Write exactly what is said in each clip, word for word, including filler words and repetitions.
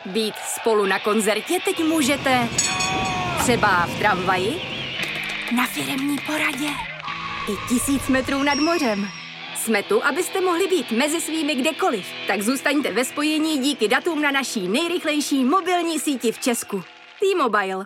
Být spolu na koncertě teď můžete třeba v tramvaji, na firemní poradě i tisíc metrů nad mořem. Jsme tu, abyste mohli být mezi svými kdekoliv. Tak zůstaňte ve spojení díky datům na naší nejrychlejší mobilní síti v Česku. T-Mobile.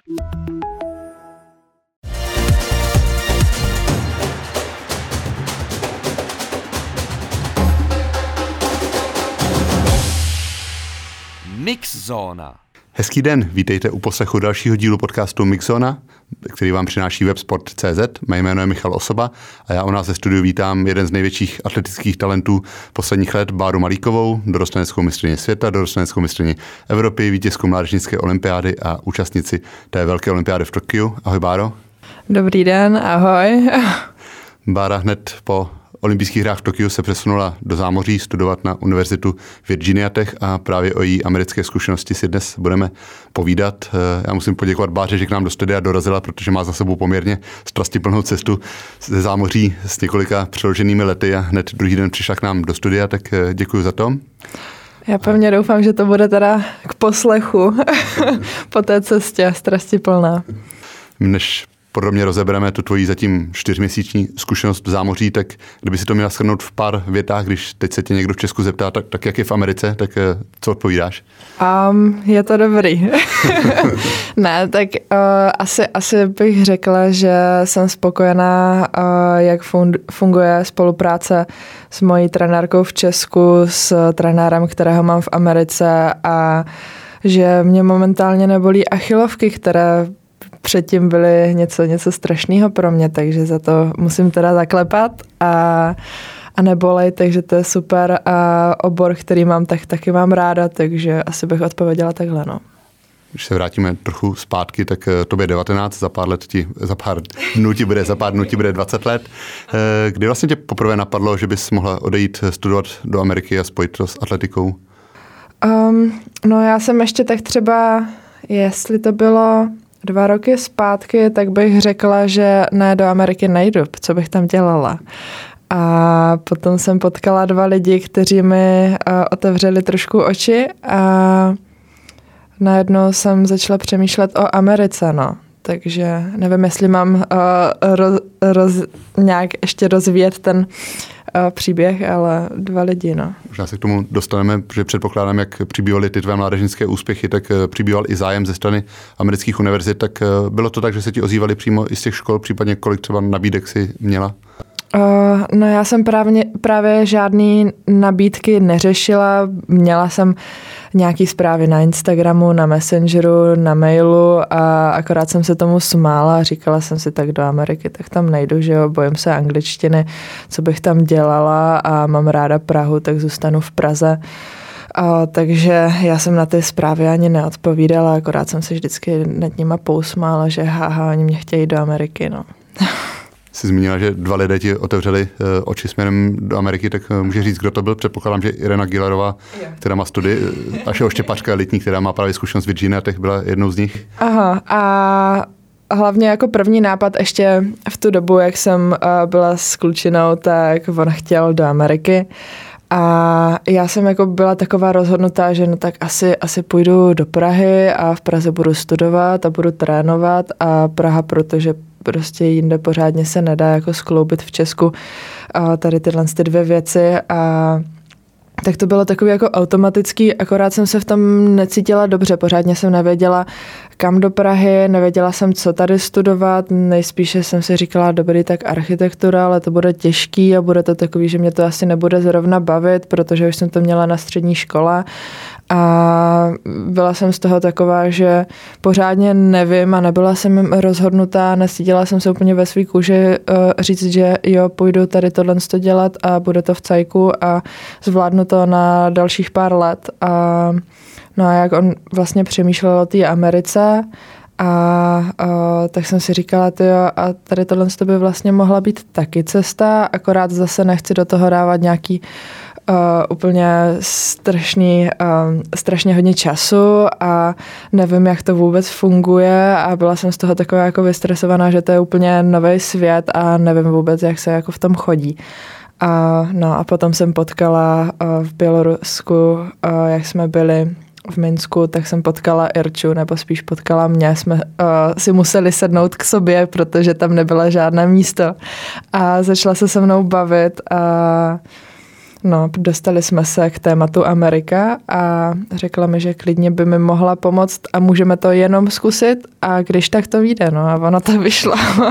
Mixzóna. Hezký den, vítejte u poslechu dalšího dílu podcastu Mixzóna, který vám přináší websport tečka cé zet. Mé jméno je Michal Osoba a já u nás ze studiu vítám jeden z největších atletických talentů posledních let, Báru Malíkovou, dorosteneckou mistryni světa, dorosteneckou mistryni Evropy, vítězku mládežnické olympiády a účastnici té velké olympiády v Tokiu. Ahoj Báro. Dobrý den, ahoj. Bára hned po olympijských hrách v Tokiu se přesunula do zámoří studovat na univerzitu Virginia Tech a právě o její americké zkušenosti si dnes budeme povídat. Já musím poděkovat Báře, že k nám do studia dorazila, protože má za sebou poměrně strastiplnou cestu ze zámoří s několika přeloženými lety a hned druhý den přišla k nám do studia, tak děkuji za to. Já pevně doufám, že to bude teda k poslechu po té cestě strastiplná. Než podrobně rozebereme tu tvoji zatím čtyřměsíční zkušenost v zámoří, tak kdyby si to měla shrnout v pár větách, když teď se tě někdo v Česku zeptá, tak, tak jak je v Americe, tak co odpovídáš? Um, je to dobrý. Ne, tak uh, asi, asi bych řekla, že jsem spokojená, uh, jak fun- funguje spolupráce s mojí trenérkou v Česku, s trenérem, kterého mám v Americe a že mě momentálně nebolí achilovky, které předtím byly něco, něco strašného pro mě, takže za to musím teda zaklepat a, a nebolej, takže to je super a obor, který mám, tak taky mám ráda, takže asi bych odpověděla takhle, no. Když se vrátíme trochu zpátky, tak tobě devatenáct, za pár let ti, za pár dnů ti bude, za pár dnů ti bude dvacet let. Kdy vlastně tě poprvé napadlo, že bys mohla odejít studovat do Ameriky a spojit to s atletikou? Um, no já jsem ještě tak třeba, jestli to bylo dva roky zpátky, tak bych řekla, že ne, do Ameriky nejdu, co bych tam dělala. A potom jsem potkala dva lidi, kteří mi uh, otevřeli trošku oči a najednou jsem začala přemýšlet o Americe, no. Takže nevím, jestli mám uh, roz, roz, nějak ještě rozvíjet ten uh, příběh, ale dva lidi, no. Možná se k tomu dostaneme, protože předpokládám, jak přibývaly ty tvé mládežnické úspěchy, tak přibýval i zájem ze strany amerických univerzit, tak bylo to tak, že se ti ozývali přímo i z těch škol, případně kolik třeba nabídek si měla? Uh, no já jsem právě, právě žádný nabídky neřešila, měla jsem nějaký zprávy na Instagramu, na Messengeru, na mailu a akorát jsem se tomu smála a říkala jsem si, tak do Ameriky, tak tam nejdu, že jo, bojím se angličtiny, co bych tam dělala a mám ráda Prahu, tak zůstanu v Praze. A, takže já jsem na ty zprávy ani neodpovídala, akorát jsem se vždycky nad nima pousmála, že haha, oni mě chtějí do Ameriky, no. Jsi zmínila, že dva lidé ti otevřeli uh, oči směrem do Ameriky, tak uh, může říct, kdo to byl? Předpokládám, že Irena Gilerová, která má studii, vaše oštěpačka elitní, která má právě zkušenost Virginia Tech, byla jednou z nich. Aha, a hlavně jako první nápad ještě v tu dobu, jak jsem uh, byla s klučinou, tak on chtěl do Ameriky. A já jsem jako byla taková rozhodnutá, že no tak asi, asi půjdu do Prahy a v Praze budu studovat a budu trénovat a Praha, protože prostě jinde pořádně se nedá jako skloubit v Česku a tady tyhle ty dvě věci a tak to bylo takový jako automatický, akorát jsem se v tom necítila dobře, pořádně jsem nevěděla, kam do Prahy, nevěděla jsem, co tady studovat, nejspíše jsem si říkala, dobrý, tak architektura, ale to bude těžký a bude to takový, že mě to asi nebude zrovna bavit, protože už jsem to měla na střední škole a byla jsem z toho taková, že pořádně nevím a nebyla jsem rozhodnutá, necítila jsem se úplně ve svý kůži říct, že jo, půjdu tady tohle dělat a bude to v cajku a zvládnu to na dalších pár let a no a jak on vlastně přemýšlel o té Americe a, a tak jsem si říkala, tyjo, a tady tohle by vlastně mohla být taky cesta, akorát zase nechci do toho dávat nějaký uh, úplně strašný, uh, strašně hodně času a nevím, jak to vůbec funguje a byla jsem z toho taková jako vystresovaná, že to je úplně nový svět a nevím vůbec, jak se jako v tom chodí. A, no a potom jsem potkala uh, v Bělorusku, uh, jak jsme byli v Minsku, tak jsem potkala Irču, nebo spíš potkala mě. Jsme uh, si museli sednout k sobě, protože tam nebyla žádné místo. A začala se se mnou bavit a no, dostali jsme se k tématu Amerika a řekla mi, že klidně by mi mohla pomoct a můžeme to jenom zkusit a když tak to vyjde, no a ono to vyšlo.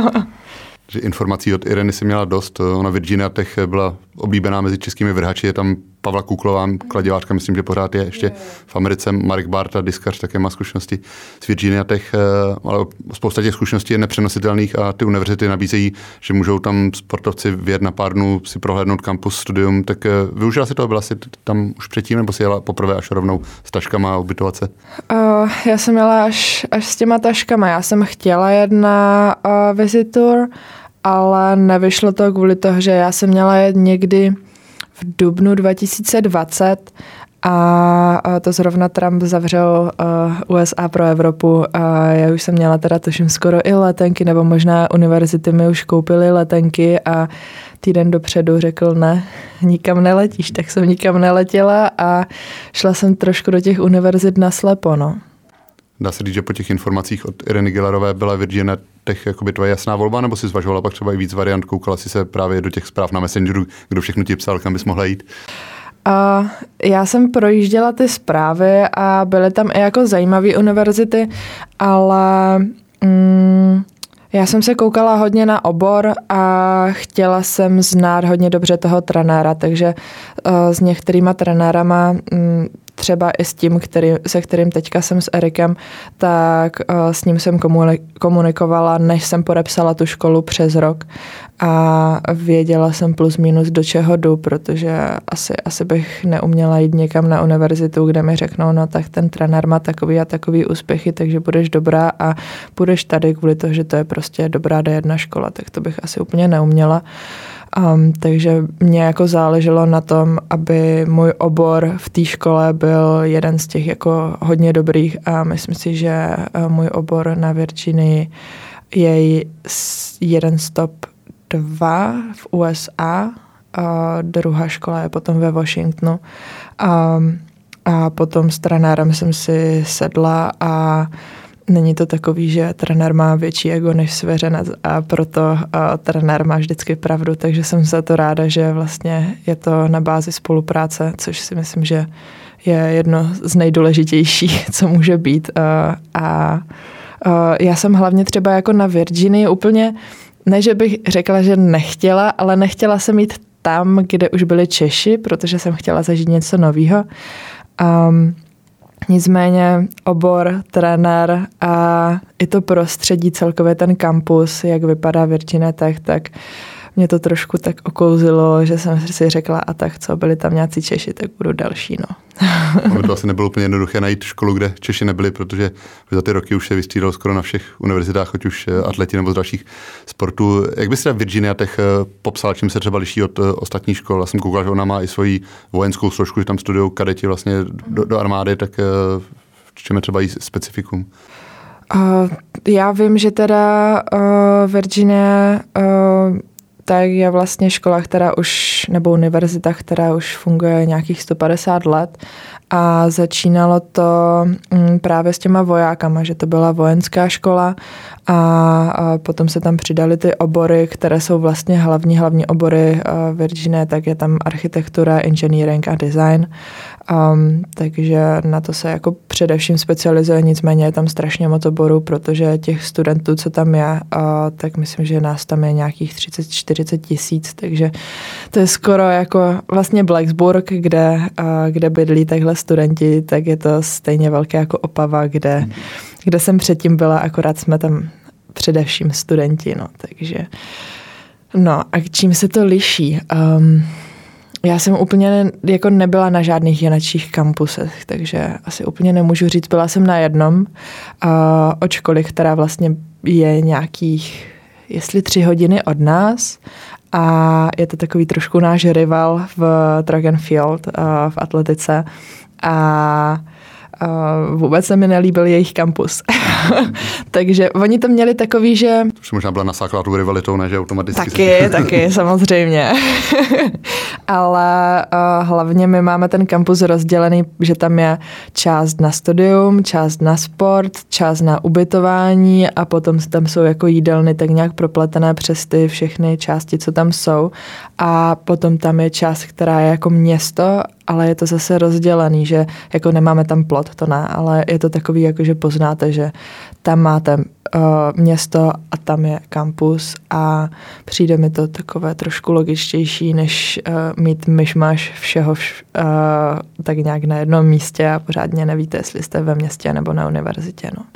Že informací od Ireny si měla dost. Ona Virginia Tech byla oblíbená mezi českými vrhači. Je tam Pavla Kuklová, kladivářka, myslím, že pořád je ještě v Americe. Marek Barta, diskař, také má zkušenosti s Virginia Tech, ale spousta těch zkušeností je nepřenositelných a ty univerzity nabízejí, že můžou tam sportovci vyjet na pár dnů si prohlédnout kampus, studium. Tak využila si toho, byla si tam už předtím, nebo si jela poprvé až rovnou s taškama a ubytovat se? Uh, já jsem jela až, až s těma taškama. Já jsem chtěla jet na uh, vizitur, ale nevyšlo to kvůli toho, že já jsem měla jet někdy v dubnu dva tisíce dvacet a to zrovna Trump zavřel U S A pro Evropu a já už jsem měla teda tuším skoro i letenky, nebo možná univerzity mi už koupily letenky a týden dopředu řekl ne, nikam neletíš, tak jsem nikam neletěla a šla jsem trošku do těch univerzit naslepo, no. Dá se říct, že po těch informacích od Ireny Gillerové byla Virginia Tech jakoby tvoje jasná volba, nebo si zvažovala pak třeba i víc variant, koukala si se právě do těch zpráv na Messengeru, kdo všechno ti psal, kam bys mohla jít? Uh, já jsem projížděla ty zprávy a byly tam i jako zajímavé univerzity, ale mm, já jsem se koukala hodně na obor a chtěla jsem znát hodně dobře toho trenéra, takže uh, s některýma trenérama mm, třeba i s tím, který, se kterým teďka jsem s Erikem, tak uh, s ním jsem komunikovala, než jsem podepsala tu školu přes rok a věděla jsem plus minus do čeho jdu, protože asi, asi bych neuměla jít někam na univerzitu, kde mi řeknou, no tak ten trenér má takový a takový úspěchy, takže budeš dobrá a budeš tady kvůli toho, že to je prostě dobrá D jedna škola, tak to bych asi úplně neuměla. Um, takže mě jako záleželo na tom, aby můj obor v té škole byl jeden z těch jako hodně dobrých a myslím si, že můj obor na Virginii je jeden z top dva v U S A, a druhá škola je potom ve Washingtonu a, a potom s trenérem jsem si sedla a není to takový, že trenér má větší ego než svěřenec a proto uh, trenér má vždycky pravdu, takže jsem za to ráda, že vlastně je to na bázi spolupráce, což si myslím, že je jedno z nejdůležitějších, co může být. Uh, a uh, já jsem hlavně třeba jako na Virginii úplně, ne, že bych řekla, že nechtěla, ale nechtěla jsem jít tam, kde už byli Češi, protože jsem chtěla zažít něco nového. Um, Nicméně obor, trenér a i to prostředí, celkově ten kampus, jak vypadá Virginia Tech, tak mě to trošku tak okouzilo, že jsem si řekla, a tak co, byli tam nějací Češi, tak budu další, no. Ono to asi nebylo úplně jednoduché najít školu, kde Češi nebyli, protože za ty roky už se vystřídalo skoro na všech univerzitách, ať už atleti nebo z dalších sportů. Jak bys teda Virginia Tech popsala, čím se třeba liší od ostatních škol? Já jsem koukal, že ona má i svoji vojenskou složku, že tam studují kadeti vlastně do, do armády, tak v čem je třeba jí specifikum? Uh, já vím, že teda uh, Virginia uh, tak je vlastně škola, která už, nebo univerzita, která už funguje nějakých sto padesát let a začínalo to mm, právě s těma vojákama, že to byla vojenská škola a, a potom se tam přidali ty obory, které jsou vlastně hlavní, hlavní obory uh, Virginie, tak je tam architektura, engineering a design. Um, takže na to se jako především specializuje, nicméně je tam strašně moc oborů, protože těch studentů, co tam je, uh, tak myslím, že nás tam je nějakých třicet čtyřicet tisíc, takže to je skoro jako vlastně Blacksburg, kde, uh, kde bydlí takhle studenti, tak je to stejně velké jako Opava, kde, hmm. kde jsem předtím byla, akorát jsme tam především studenti, no, takže no a k čím se to liší? Um, Já jsem úplně jako nebyla na žádných jinačích kampusech, takže asi úplně nemůžu říct. Byla jsem na jednom uh, od školy, která vlastně je nějakých, jestli tři hodiny od nás a je to takový trošku náš rival v track and field uh, v atletice a uh, vůbec se mi nelíbil jejich kampus. Takže oni to měli takový, že... Už možná byla nasáklá tou rivalitou, ne, že automaticky... Taky, se... taky, samozřejmě. Ale uh, hlavně my máme ten kampus rozdělený, že tam je část na studium, část na sport, část na ubytování a potom tam jsou jako jídelny tak nějak propletené přes ty všechny části, co tam jsou. A potom tam je část, která je jako město, ale je to zase rozdělený, že jako nemáme tam plot, to ne, ale je to takový, jako že poznáte, že tam máte uh, město a tam je kampus a přijde mi to takové trošku logičtější, než uh, mít myšmaš všeho vš, uh, tak nějak na jednom místě a pořádně nevíte, jestli jste ve městě nebo na univerzitě. No.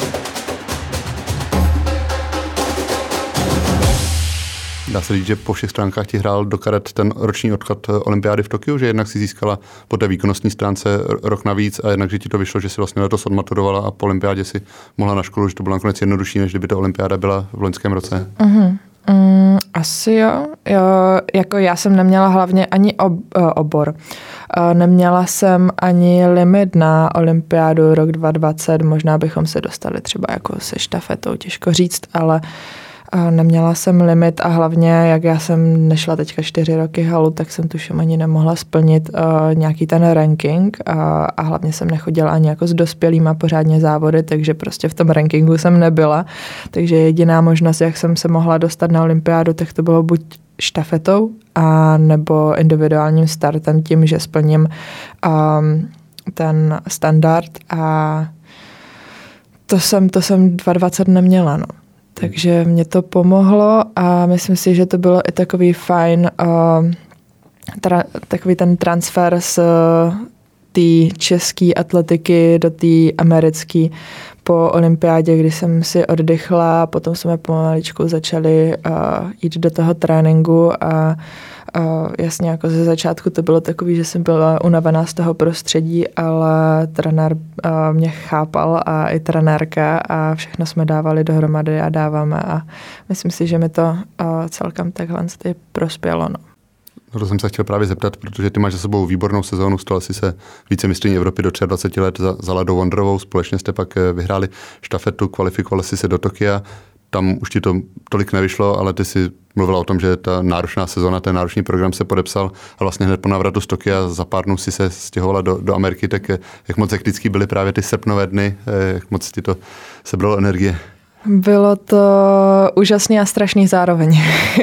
Dá se říct, že po všech stránkách ti hrál do karet ten roční odklad olympiády v Tokiu, že jednak si získala po té výkonnostní stránce rok navíc a jednak, že ti to vyšlo, že si vlastně letos odmaturovala a po olympiádě si mohla na školu, že to bylo nakonec jednodušší, než kdyby ta olympiáda byla v loňském roce. Mm-hmm. Mm, asi jo. jo. Jako já jsem neměla hlavně ani ob, obor. Neměla jsem ani limit na olympiádu rok dva tisíce dvacet, možná bychom se dostali třeba jako se štafetou, těžko říct, ale neměla jsem limit a hlavně, jak já jsem nešla teďka čtyři roky halu, tak jsem tuším ani nemohla splnit uh, nějaký ten ranking uh, a hlavně jsem nechodila ani jako s dospělýma pořádně závody, takže prostě v tom rankingu jsem nebyla. Takže jediná možnost, jak jsem se mohla dostat na olympiádu, tak to bylo buď štafetou a nebo individuálním startem tím, že splním um, ten standard a to jsem, to jsem dva tisíce dvacet neměla, no. Takže mě to pomohlo a myslím si, že to bylo i takový fajn, uh, tra, takový ten transfer z uh, té české atletiky do té americké po olympiádě, kdy jsem si oddychla, potom jsme pomaličku začali uh, jít do toho tréninku a Uh, jasně, jako ze začátku to bylo takový, že jsem byla unavená z toho prostředí, ale trenér uh, mě chápal a i trenérka a všechno jsme dávali dohromady a dáváme a myslím si, že mi to uh, celkem takhle prospělo. No. No to jsem se chtěl právě zeptat, protože ty máš za sebou výbornou sezónu, stala si se vícemistryní Evropy do dvacet tři let za, za Ladou Vondrovou, společně jste pak vyhráli štafetu, kvalifikovali si se do Tokia. Tam už ti to tolik nevyšlo, ale ty si mluvila o tom, že ta náročná sezona, ten náročný program se podepsal a vlastně hned po návratu z Tokia za pár dnů si se stěhovala do, do Ameriky, tak jak moc hektický byly právě ty srpnové dny, jak moc ti to sebralo energie? Bylo to úžasný a strašný zároveň.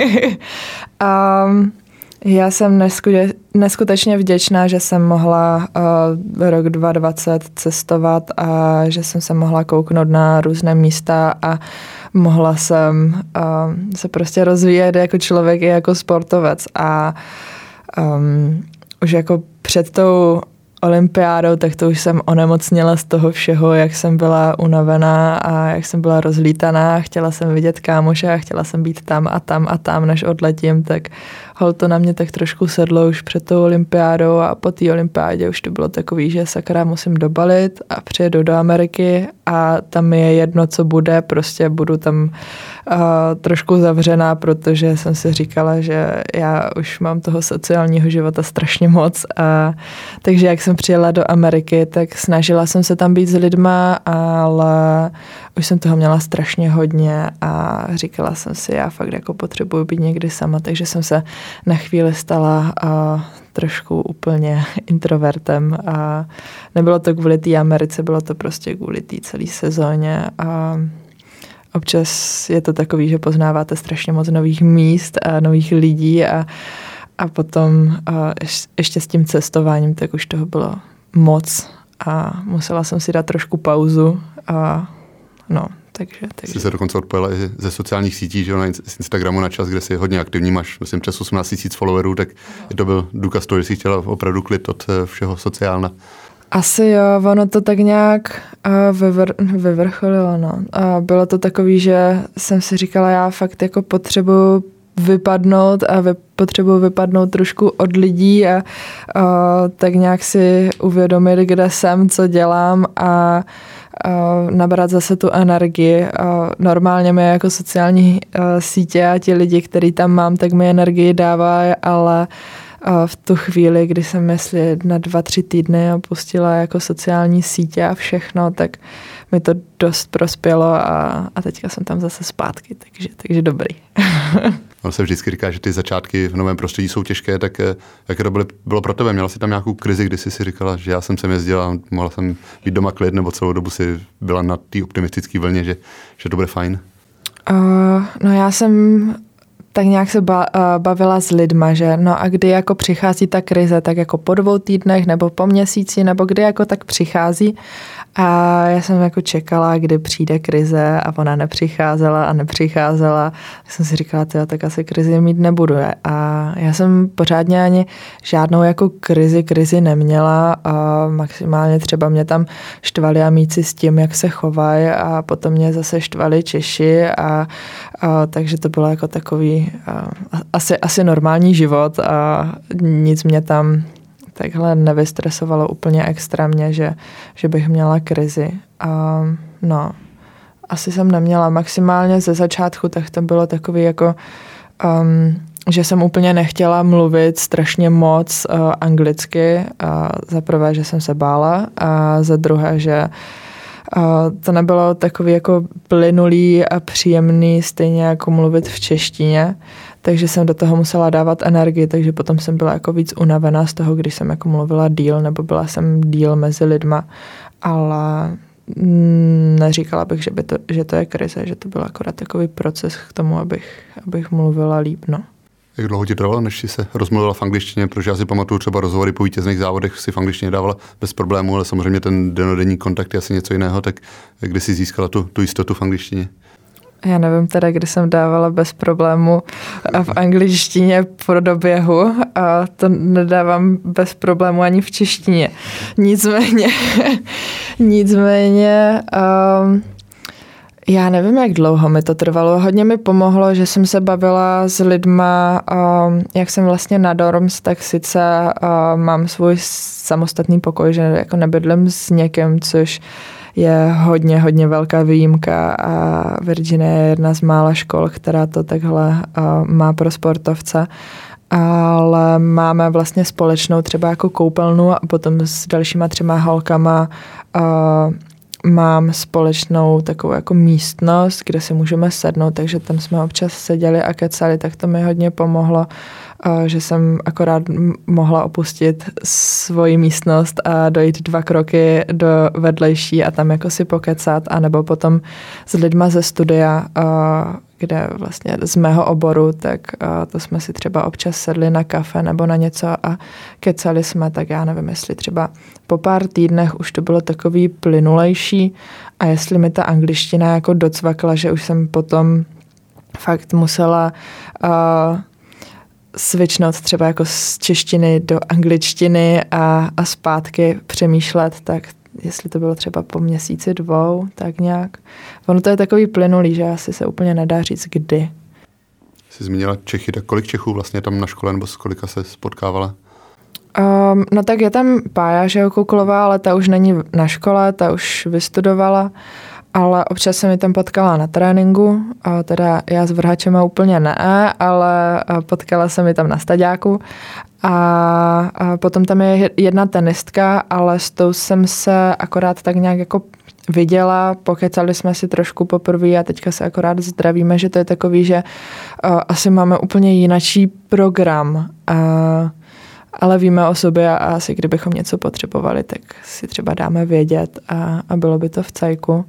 um, já jsem neskude, neskutečně vděčná, že jsem mohla uh, rok dva tisíce dvacet cestovat a že jsem se mohla kouknout na různé místa a mohla jsem uh, se prostě rozvíjet jako člověk i jako sportovec a um, už jako před tou olympiádou, tak to už jsem onemocněla z toho všeho, jak jsem byla unavená a jak jsem byla rozlítaná. Chtěla jsem vidět kámoše a chtěla jsem být tam a tam a tam, než odletím, tak hol to na mě tak trošku sedlo už před tou olympiádou a po té olympiádě už to bylo takový, že sakra musím dobalit a přijedu do Ameriky a tam je jedno, co bude, prostě budu tam uh, trošku zavřená, protože jsem si říkala, že já už mám toho sociálního života strašně moc a takže jak jsem přijela do Ameriky, tak snažila jsem se tam být s lidma, ale už jsem toho měla strašně hodně a říkala jsem si, já fakt jako potřebuji být někdy sama, takže jsem se na chvíli stala uh, trošku úplně introvertem a nebylo to kvůli té Americe, bylo to prostě kvůli té celé sezóně a občas je to takový, že poznáváte strašně moc nových míst a nových lidí a, a potom uh, ještě s tím cestováním, tak už toho bylo moc a musela jsem si dát trošku pauzu a no, takže... takže. Jsi se dokonce odpojila i ze sociálních sítí, že na Instagramu na čas, kde jsi hodně aktivní, máš myslím přes osmnáct tisíc followerů, tak to byl důkaz toho, že jsi chtěla opravdu klid od všeho sociálna. Asi jo, ono to tak nějak uh, vyvr- vyvrcholilo, no. A bylo to takový, že jsem si říkala, já fakt jako potřebuji vypadnout a vy, potřebuji vypadnout trošku od lidí a uh, tak nějak si uvědomit, kde jsem, co dělám a uh, nabrat zase tu energii. Uh, normálně mi jako sociální uh, sítě a ti lidi, který tam mám, tak mi energii dávají, ale v tu chvíli, kdy jsem mysli na dva, tři týdny opustila jako sociální sítě a všechno, tak mi to dost prospělo a, a teďka jsem tam zase zpátky, takže, takže dobrý. On se vždycky říká, že ty začátky v novém prostředí jsou těžké, tak jaké to bylo, bylo pro tebe? Měla jsi tam nějakou krizi, kdy jsi si říkala, že já jsem sem jezdila a mohla jsem být doma klid, nebo celou dobu si byla na té optimistické vlně, že, že to bude fajn? Uh, no já jsem tak nějak se ba, uh, bavila s lidma, že no a kdy jako přichází ta krize, tak jako po dvou týdnech nebo po měsíci, nebo kdy jako tak přichází. A já jsem jako čekala, kdy přijde krize a ona nepřicházela a nepřicházela. Tak jsem si říkala, tyjo, tak asi krizi mít nebudu. A já jsem pořádně ani žádnou jako krizi, krizi neměla. A maximálně třeba mě tam štvali Amíci s tím, jak se chovají a potom mě zase štvali Češi. A, a takže to bylo jako takový a, asi, asi normální život a nic mě tam takhle nevystresovalo úplně extrémně, že, že bych měla krizi. A no, asi jsem neměla maximálně ze začátku, tak to bylo takový jako, um, že jsem úplně nechtěla mluvit strašně moc uh, anglicky. A za prvé, že jsem se bála a za druhé, že uh, to nebylo takový jako plynulý a příjemný, stejně jako mluvit v češtině. Takže jsem do toho musela dávat energii, takže potom jsem byla jako víc unavená z toho, když jsem jako mluvila díl, nebo byla jsem díl mezi lidma, ale neříkala bych, že, by to, že to je krize, že to byl akorát takový proces k tomu, abych, abych mluvila líp, no. Jak dlouho ti trvalo, než jsi se rozmluvila v angličtině, protože já si pamatuju třeba rozhovory po vítězných závodech si v angličtině dávala bez problémů, ale samozřejmě ten denodenní kontakt je asi něco jiného, tak kdy jsi získala tu, tu jistotu v angličtině? Já nevím teda, kdy jsem dávala bez problému a v angličtině pro doběhu a to nedávám bez problému ani v češtině. Nicméně, nicméně um, já nevím, jak dlouho mi to trvalo. Hodně mi pomohlo, že jsem se bavila s lidma, um, jak jsem vlastně na dorms, tak sice uh, mám svůj samostatný pokoj, že jako nebydlím s někým, což je hodně, hodně velká výjimka a Virginia je jedna z mála škol, která to takhle uh, má pro sportovce. Ale máme vlastně společnou třeba jako koupelnu a potom s dalšíma třema holkama uh, mám společnou takovou jako místnost, kde si můžeme sednout, takže tam jsme občas seděli a kecali, tak to mi hodně pomohlo, že jsem akorát mohla opustit svoji místnost a dojít dva kroky do vedlejší a tam jako si pokecat, anebo potom s lidma ze studia, kde vlastně z mého oboru, tak to jsme si třeba občas sedli na kafe nebo na něco a kecali jsme, tak já nevím, jestli třeba po pár týdnech už to bylo takový plynulejší a jestli mi ta angličtina jako docvakla, že už jsem potom fakt musela uh, switchnout třeba jako z češtiny do angličtiny a, a zpátky přemýšlet, tak jestli to bylo třeba po měsíci dvou, tak nějak. Ono to je takový plynulý, že asi se úplně nedá říct kdy. Jsi zmínila Čechy, tak kolik Čechů vlastně tam na škole nebo s kolika se spotkávala? Um, no tak je tam Pája, že jo, Kuklová, ale ta už není na škole, ta už vystudovala, ale občas se mi tam potkala na tréninku, a teda já s vrhačema úplně ne, ale potkala se mi tam na staďáku a, a potom tam je jedna tenistka, ale s tou jsem se akorát tak nějak jako viděla, pokecali jsme si trošku poprvé a teďka se akorát zdravíme, že to je takový, že uh, asi máme úplně jinačí program, uh, ale víme o sobě a asi kdybychom něco potřebovali, tak si třeba dáme vědět a, a bylo by to v cajku.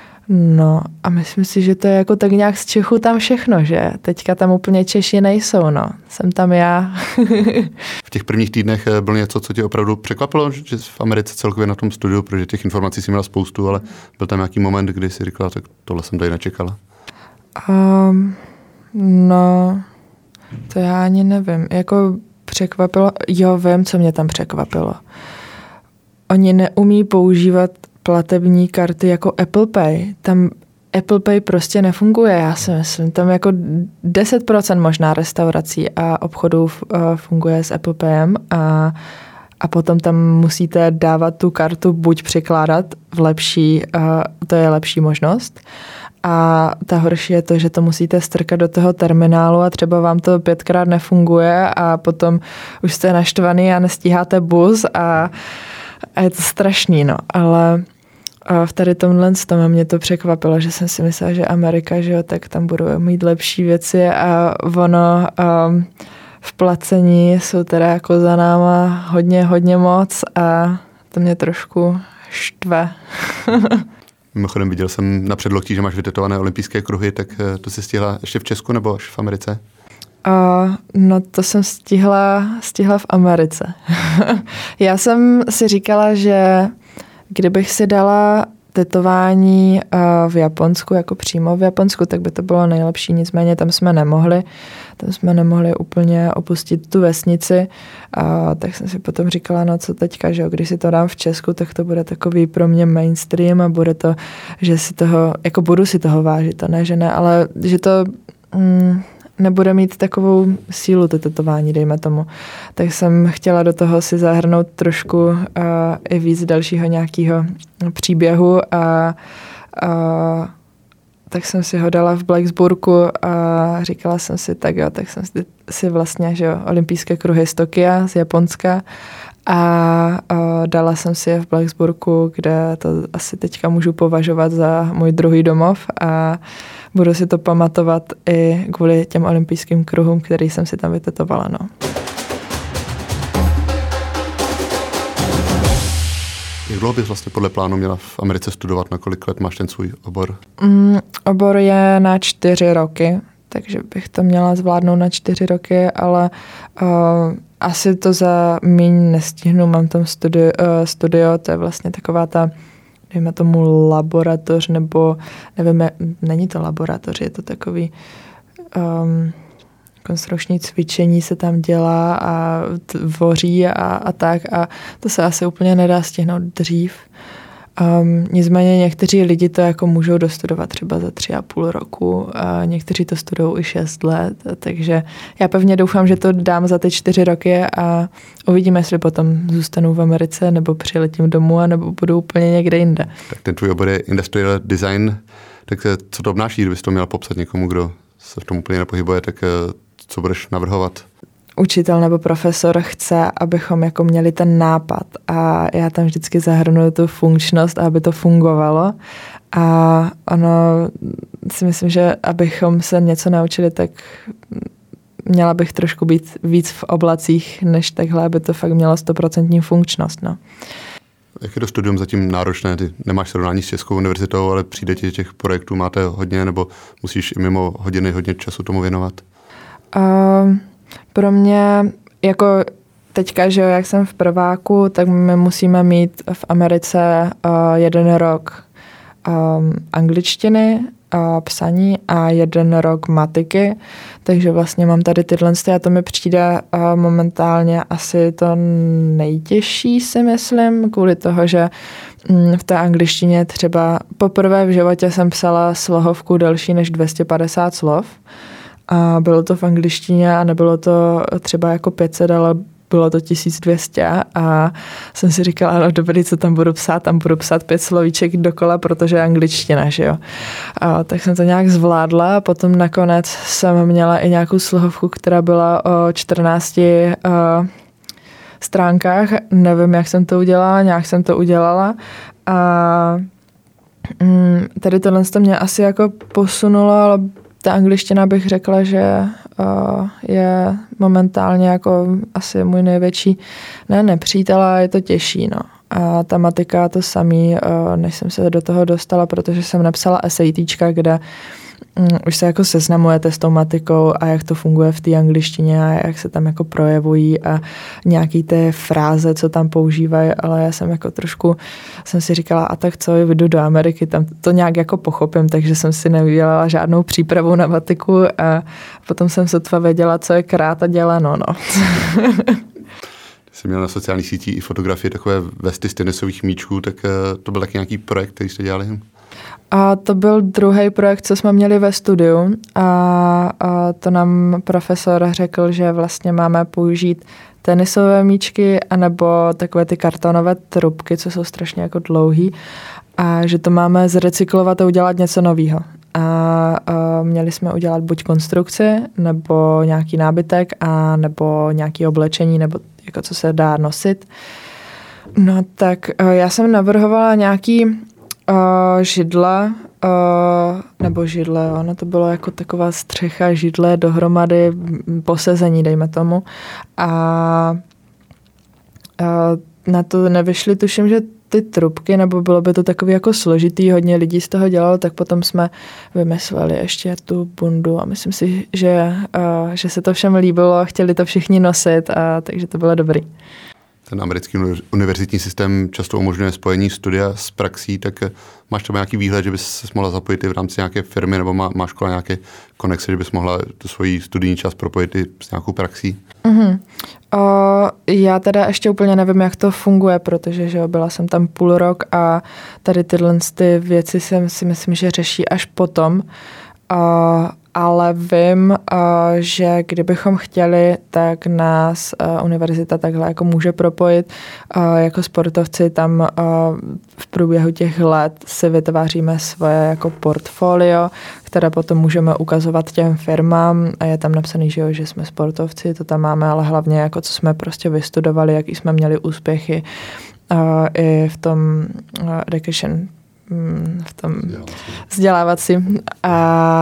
No a myslím si, že to je jako tak nějak z Čechu tam všechno, že teďka tam úplně Češi nejsou, no. Jsem tam já. V těch prvních týdnech bylo něco, co tě opravdu překvapilo, že v Americe celkově na tom studiu, protože těch informací jsi měla spoustu, ale byl tam nějaký moment, kdy jsi říkala, tak tohle jsem tady nečekala? Um, no, to já ani nevím. Jako překvapilo, jo, vím, co mě tam překvapilo. Oni neumí používat platební karty jako Apple Pay. Tam Apple Pay prostě nefunguje, já si myslím. Tam jako deset procent možná restaurací a obchodů funguje s Apple Payem a, a potom tam musíte dávat tu kartu buď přikládat v lepší, to je lepší možnost, a ta horší je to, že to musíte strkat do toho terminálu a třeba vám to pětkrát nefunguje a potom už jste naštvaný a nestíháte bus a, a je to strašný, no, ale v tady tomhle tomu mě to překvapilo, že jsem si myslela, že Amerika, že jo, tak tam budou mít lepší věci a ono um, v placení jsou teda jako za náma hodně, hodně moc a to mě trošku štve. Mimochodem viděl jsem na předloktí, že máš vytetované olympijské kruhy, tak to jsi stihla ještě v Česku nebo až v Americe? Uh, no to jsem stihla, stihla v Americe. Já jsem si říkala, že kdybych si dala tetování uh, v Japonsku, jako přímo v Japonsku, tak by to bylo nejlepší, nicméně tam jsme nemohli. Tam jsme nemohli úplně opustit tu vesnici, a tak jsem si potom říkala, no co teďka, že jo, když si to dám v Česku, tak to bude takový pro mě mainstream a bude to, že si toho, jako budu si toho vážit, to ne, že ne, ale že to mm, nebude mít takovou sílu to tetování, dejme tomu. Tak jsem chtěla do toho si zahrnout trošku uh, i víc dalšího nějakého příběhu a uh, tak jsem si ho dala v Blacksburgu a říkala jsem si, tak jo, tak jsem si, si vlastně, že jo, olympijské kruhy z Tokia, z Japonska a, a dala jsem si je v Blacksburgu, kde to asi teďka můžu považovat za můj druhý domov a budu si to pamatovat i kvůli těm olympijským kruhům, který jsem si tam vytetovala, no. Jak dlouho bys vlastně podle plánu měla v Americe studovat? Na kolik let máš ten svůj obor? Mm, obor je na čtyři roky, takže bych to měla zvládnout na čtyři roky, ale uh, asi to za míň nestihnu. Mám tam studio, uh, studio, to je vlastně taková ta, dejme tomu laboratoř, nebo nevím, není to laboratoř, je to takový um, konstrukční cvičení se tam dělá a tvoří a, a tak a to se asi úplně nedá stihnout dřív. Um, nicméně někteří lidi to jako můžou dostudovat třeba za tři a půl roku a někteří to studují i šest let, takže já pevně doufám, že to dám za ty čtyři roky a uvidíme, jestli potom zůstanu v Americe nebo přiletím domů a nebo budu úplně někde jinde. Tak ten tvůj obor je industrial design, tak co to obnáší, kdybys to měl popsat někomu, kdo se v tom úplně nepohybuje, tak co budeš navrhovat? Učitel nebo profesor chce, abychom jako měli ten nápad a já tam vždycky zahrnuju tu funkčnost, aby to fungovalo a ono si myslím, že abychom se něco naučili, tak měla bych trošku být víc v oblacích, než takhle, aby to fakt mělo stoprocentní funkčnost, no. Jak je to studium zatím náročné? Ty nemáš srovnání s Českou univerzitou, ale přijde ti těch projektů, máte hodně, nebo musíš i mimo hodiny hodně času tomu věnovat? Uh, pro mě, jako teďka, že jo, jak jsem v prváku, tak my musíme mít v Americe uh, jeden rok um, angličtiny, uh, psaní a jeden rok matiky, takže vlastně mám tady tyhle a to mi přijde uh, momentálně asi to nejtěžší, si myslím, kvůli toho, že um, v té angličtině třeba poprvé v životě jsem psala slohovku delší než dvě stě padesát slov. A bylo to v angličtině a nebylo to třeba jako pět set, ale bylo to tisíc dvě stě a jsem si říkala, no dobrý, co tam budu psát, tam budu psát pět slovíček dokola, protože je angličtina, že jo. A tak jsem to nějak zvládla a potom nakonec jsem měla i nějakou slohovku, která byla o čtrnácti uh, stránkách, nevím, jak jsem to udělala, nějak jsem to udělala a um, tady tohle to mě asi jako posunulo, ale ta angličtina bych řekla, že uh, je momentálně jako asi můj největší, ne nepřítel, ale je to těžší, no. A ta matika to samý, uh, než jsem se do toho dostala, protože jsem napsala SATčka, kde um, už se jako seznamujete s tou matikou a jak to funguje v té angličtině a jak se tam jako projevují a nějaký ty fráze, co tam používají, ale já jsem jako trošku, jsem si říkala, a tak co, jdu do Ameriky, tam to nějak jako pochopím, takže jsem si nevydělala žádnou přípravu na matiku a potom jsem sotva věděla, co je krát a děleno, no. Jsi měl na sociálních sítích i fotografie takové vesty z tenisových míčků, tak to byl taky nějaký projekt, který jste dělali? A to byl druhý projekt, co jsme měli ve studiu a, a to nám profesor řekl, že vlastně máme použít tenisové míčky, anebo takové ty kartonové trubky, co jsou strašně jako dlouhý, a že to máme zrecyklovat a udělat něco nového. A, a měli jsme udělat buď konstrukci, nebo nějaký nábytek, a nebo nějaké oblečení, nebo jako co se dá nosit. No tak já jsem navrhovala nějaký uh, židle, uh, nebo židle, ono to bylo jako taková střecha, židle dohromady, posezení, dejme tomu. A uh, na to nevyšli, tuším, že ty trubky, nebo bylo by to takový jako složitý, hodně lidí z toho dělalo, tak potom jsme vymysleli ještě tu bundu a myslím si, že, uh, že se to všem líbilo, chtěli to všichni nosit, a takže to bylo dobrý. Ten americký univerzitní systém často umožňuje spojení studia s praxí, tak máš třeba nějaký výhled, že bys se mohla zapojit i v rámci nějaké firmy, nebo má, má škola nějaké konexe, že bys mohla tu svoji studijní čas propojit i s nějakou praxí? Mm-hmm. O, já teda ještě úplně nevím, jak to funguje, protože že byla jsem tam půl rok a tady tyhle ty věci jsem si myslím, že řeší až potom. O, ale vím, že kdybychom chtěli, tak nás univerzita takhle jako může propojit. Jako sportovci tam v průběhu těch let si vytváříme svoje jako portfolio, které potom můžeme ukazovat těm firmám a je tam napsaný, že, jo, že jsme sportovci, to tam máme, ale hlavně jako co jsme prostě vystudovali, jaký jsme měli úspěchy i v tom education v tom vzdělávacím a,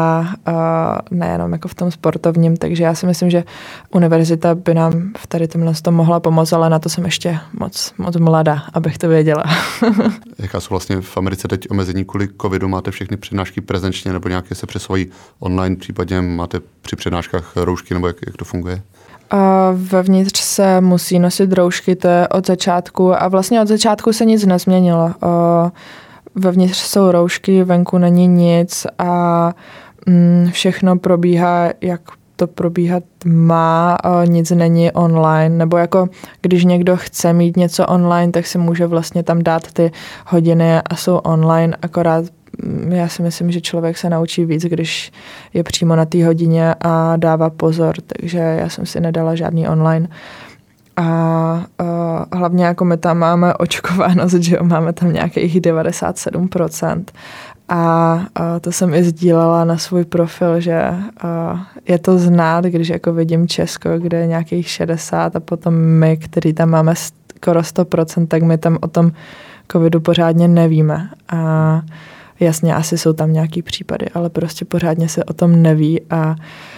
a nejenom jako v tom sportovním, takže já si myslím, že univerzita by nám v tady tomhle tom mohla pomoct, ale na to jsem ještě moc, moc mladá, abych to věděla. Jaká jsou vlastně v Americe teď omezení kvůli covidu? Máte všechny přednášky prezenčně nebo nějaké se přesouvají online, případně máte při přednáškách roušky, nebo jak, jak to funguje? A vevnitř se musí nosit roušky, to je od začátku a vlastně od začátku se nic nezměnilo. A vevnitř jsou roušky, venku není nic a mm, všechno probíhá, jak to probíhat má, a nic není online, nebo jako když někdo chce mít něco online, tak si může vlastně tam dát ty hodiny a jsou online, akorát já si myslím, že člověk se naučí víc, když je přímo na té hodině a dává pozor, takže já jsem si nedala žádný online. A, a hlavně jako my tam máme očkovánost, že jo, máme tam nějakých devadesát sedm procent. A, a to jsem i sdílela na svůj profil, že a, je to znát, když jako vidím Česko, kde je nějakých šedesát a potom my, který tam máme skoro sto procent, tak my tam o tom covidu pořádně nevíme. A jasně, asi jsou tam nějaký případy, ale prostě pořádně se o tom neví a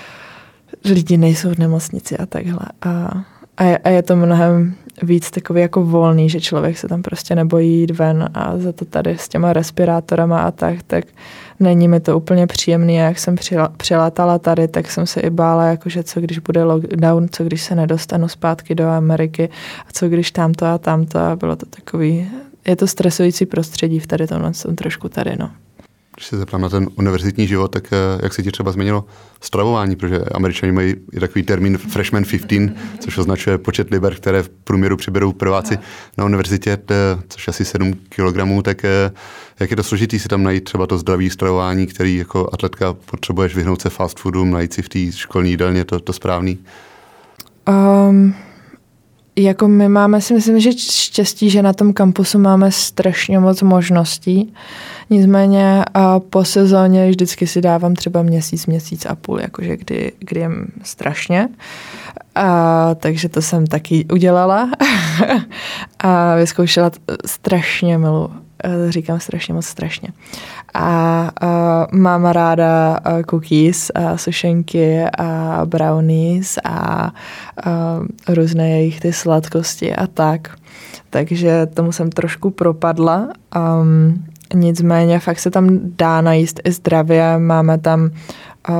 lidi nejsou v nemocnici a takhle. A A je to mnohem víc takový jako volný, že člověk se tam prostě nebojí jít ven a za to tady s těma respirátorama a tak, tak není mi to úplně příjemný. A jak jsem přilátala tady, tak jsem se i bála, jakože co když bude lockdown, co když se nedostanu zpátky do Ameriky a co když tamto a tamto a bylo to takový, je to stresující prostředí v tady tomhle jsem trošku tady, no. Když se zeptám na ten univerzitní život, tak jak se ti třeba změnilo stravování, protože Američani mají takový termín freshman patnáct, což označuje počet liber, které v průměru přiberou prváci na univerzitě, což asi sedm kilogramů, tak jak je to složitý si tam najít třeba to zdravé stravování, který jako atletka potřebuješ vyhnout se fast foodům, najít si v té školní jídelně to, to správný? Um... Jako my máme si myslím, že štěstí, že na tom kampusu máme strašně moc možností. Nicméně a po sezóně vždycky si dávám třeba měsíc, měsíc a půl, jakože kdy, kdy jem strašně. A, takže to jsem taky udělala a vyzkoušela strašně milu. Říkám strašně moc strašně. A, a mám ráda cookies, a sušenky a brownies a, a různé jejich ty sladkosti a tak. Takže tomu jsem trošku propadla. Um, nicméně fakt se tam dá najíst i zdravě. Máme tam uh,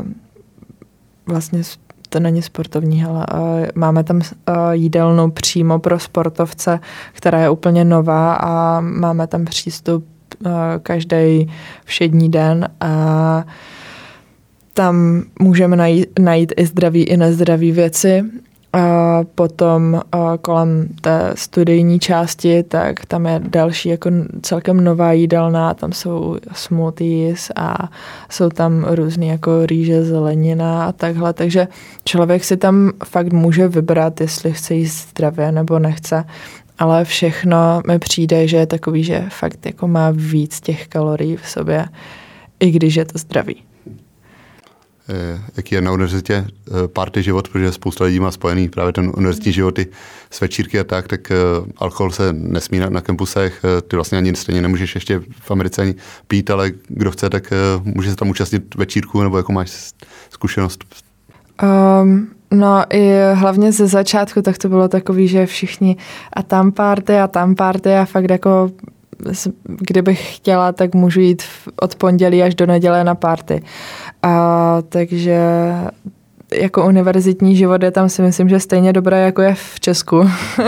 vlastně to není sportovní, ale uh, máme tam uh, jídelnu přímo pro sportovce, která je úplně nová a máme tam přístup uh, každý všední den a tam můžeme najít, najít i zdraví, i nezdravý věci. A potom a kolem té studijní části, tak tam je další jako celkem nová jídelna, tam jsou smoothies a jsou tam různý jako rýže, zelenina a takhle, takže člověk si tam fakt může vybrat, jestli chce jíst zdravě nebo nechce, ale všechno mi přijde, že je takový, že fakt jako má víc těch kalorií v sobě, i když je to zdravý. Jaký je na univerzitě party život, protože spousta lidí má spojený právě ten univerzitní životy s večírky a tak, tak alkohol se nesmí na, na kampusech, ty vlastně ani stejně nemůžeš ještě v Americe ani pít, ale kdo chce, tak může se tam účastnit večírku, nebo jako máš zkušenost? Um, no i hlavně ze začátku, tak to bylo takový, že všichni a tam party a tam party a fakt jako kdybych chtěla, tak můžu jít od pondělí až do neděle na party. A, takže jako univerzitní život je tam si myslím, že stejně dobré, jako je v Česku.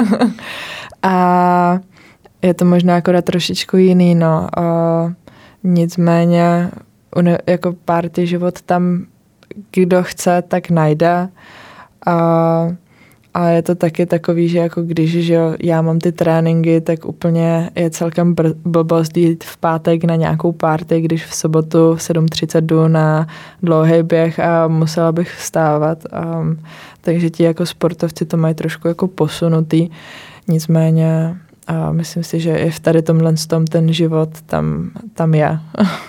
A je to možná akorát trošičku jiný, no. A nicméně jako party život tam kdo chce, tak najde. A A je to taky takový, že jako když že já mám ty tréninky, tak úplně je celkem br- blbost jít v pátek na nějakou party, když v sobotu v sedm třicet jdu na dlouhý běh a musela bych vstávat. Um, takže ti jako sportovci to mají trošku jako posunutý. Nicméně a myslím si, že i v tady tomhle tom ten život tam, tam je.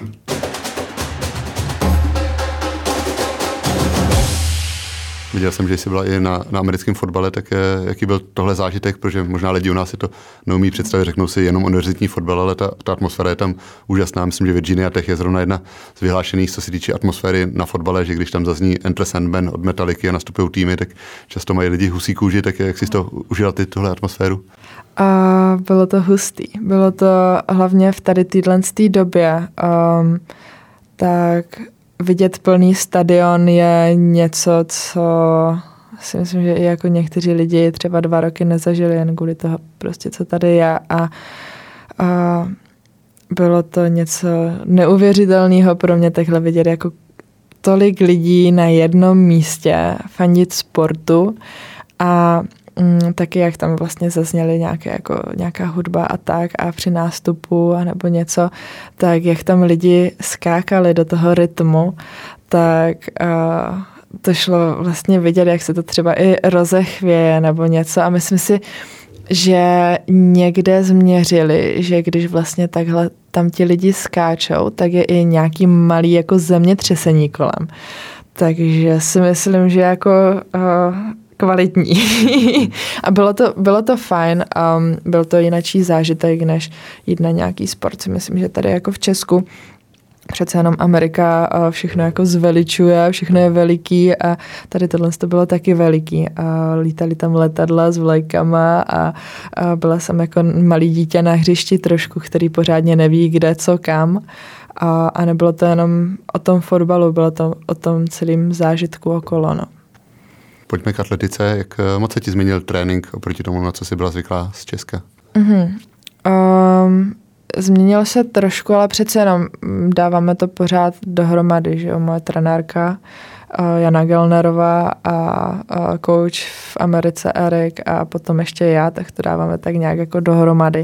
Viděl jsem, že jsi byla i na, na americkém fotbale, tak je, jaký byl tohle zážitek, protože možná lidi u nás si to neumí představit, řeknou si jenom univerzitní fotbal, ale ta, ta atmosféra je tam úžasná. Myslím, že Virginia Tech je zrovna jedna z vyhlášených, co se týče atmosféry na fotbale, že když tam zazní Enter Sandman od Metallicy a nastupují týmy, tak často mají lidi husí kůži, tak jak jsi to užila ty tuhle atmosféru? A bylo to hustý. Bylo to hlavně v tady téhle době. Um, tak vidět plný stadion je něco, co si myslím, že i jako někteří lidi třeba dva roky nezažili jen kvůli toho prostě, co tady je. A, a bylo to něco neuvěřitelného pro mě takhle vidět, jako tolik lidí na jednom místě fandit sportu a mm, taky jak tam vlastně zazněly nějaké, jako, nějaká hudba a tak a při nástupu a nebo něco, tak jak tam lidi skákali do toho rytmu, tak uh, to šlo vlastně vidět, jak se to třeba i rozechvěje nebo něco a myslím si, že někde změřili, že když vlastně takhle tam ti lidi skáčou, tak je i nějaký malý jako zemětřesení kolem. Takže si myslím, že jako uh, kvalitní. A bylo to, bylo to fajn a um, byl to jinačí zážitek, než jít na nějaký sport. Si myslím, že tady jako v Česku přece jenom Amerika všechno jako zveličuje, všechno je veliký a tady tohle to bylo taky veliký. A lítali tam letadla s vlajkama a, a byla jsem jako malý dítě na hřišti trošku, který pořádně neví, kde, co, kam. A, a nebylo to jenom o tom fotbalu, bylo to o tom celým zážitku okolo. No. Pojďme k atletice. Jak moc se ti změnil trénink oproti tomu, na co jsi byla zvyklá z Česka? Mm-hmm. Um, Změnilo se trošku, ale přece jenom dáváme to pořád dohromady, že jo, moje trenérka Jana Gelnerová a, a coach v Americe Erik a potom ještě já, tak to dáváme tak nějak jako dohromady.